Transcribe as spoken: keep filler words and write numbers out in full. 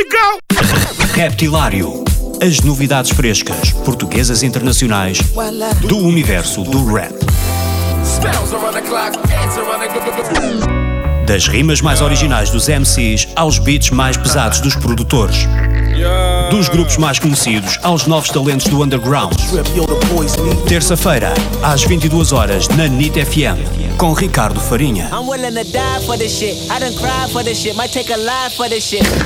we go! Reptilário. As novidades frescas, portuguesas e internacionais, do universo do rap. Das rimas mais originais dos M Cs aos beats mais pesados dos produtores. Dos grupos mais conhecidos aos novos talentos do underground. Terça-feira, às vinte e duas horas, na N I T F M, com Ricardo Farinha.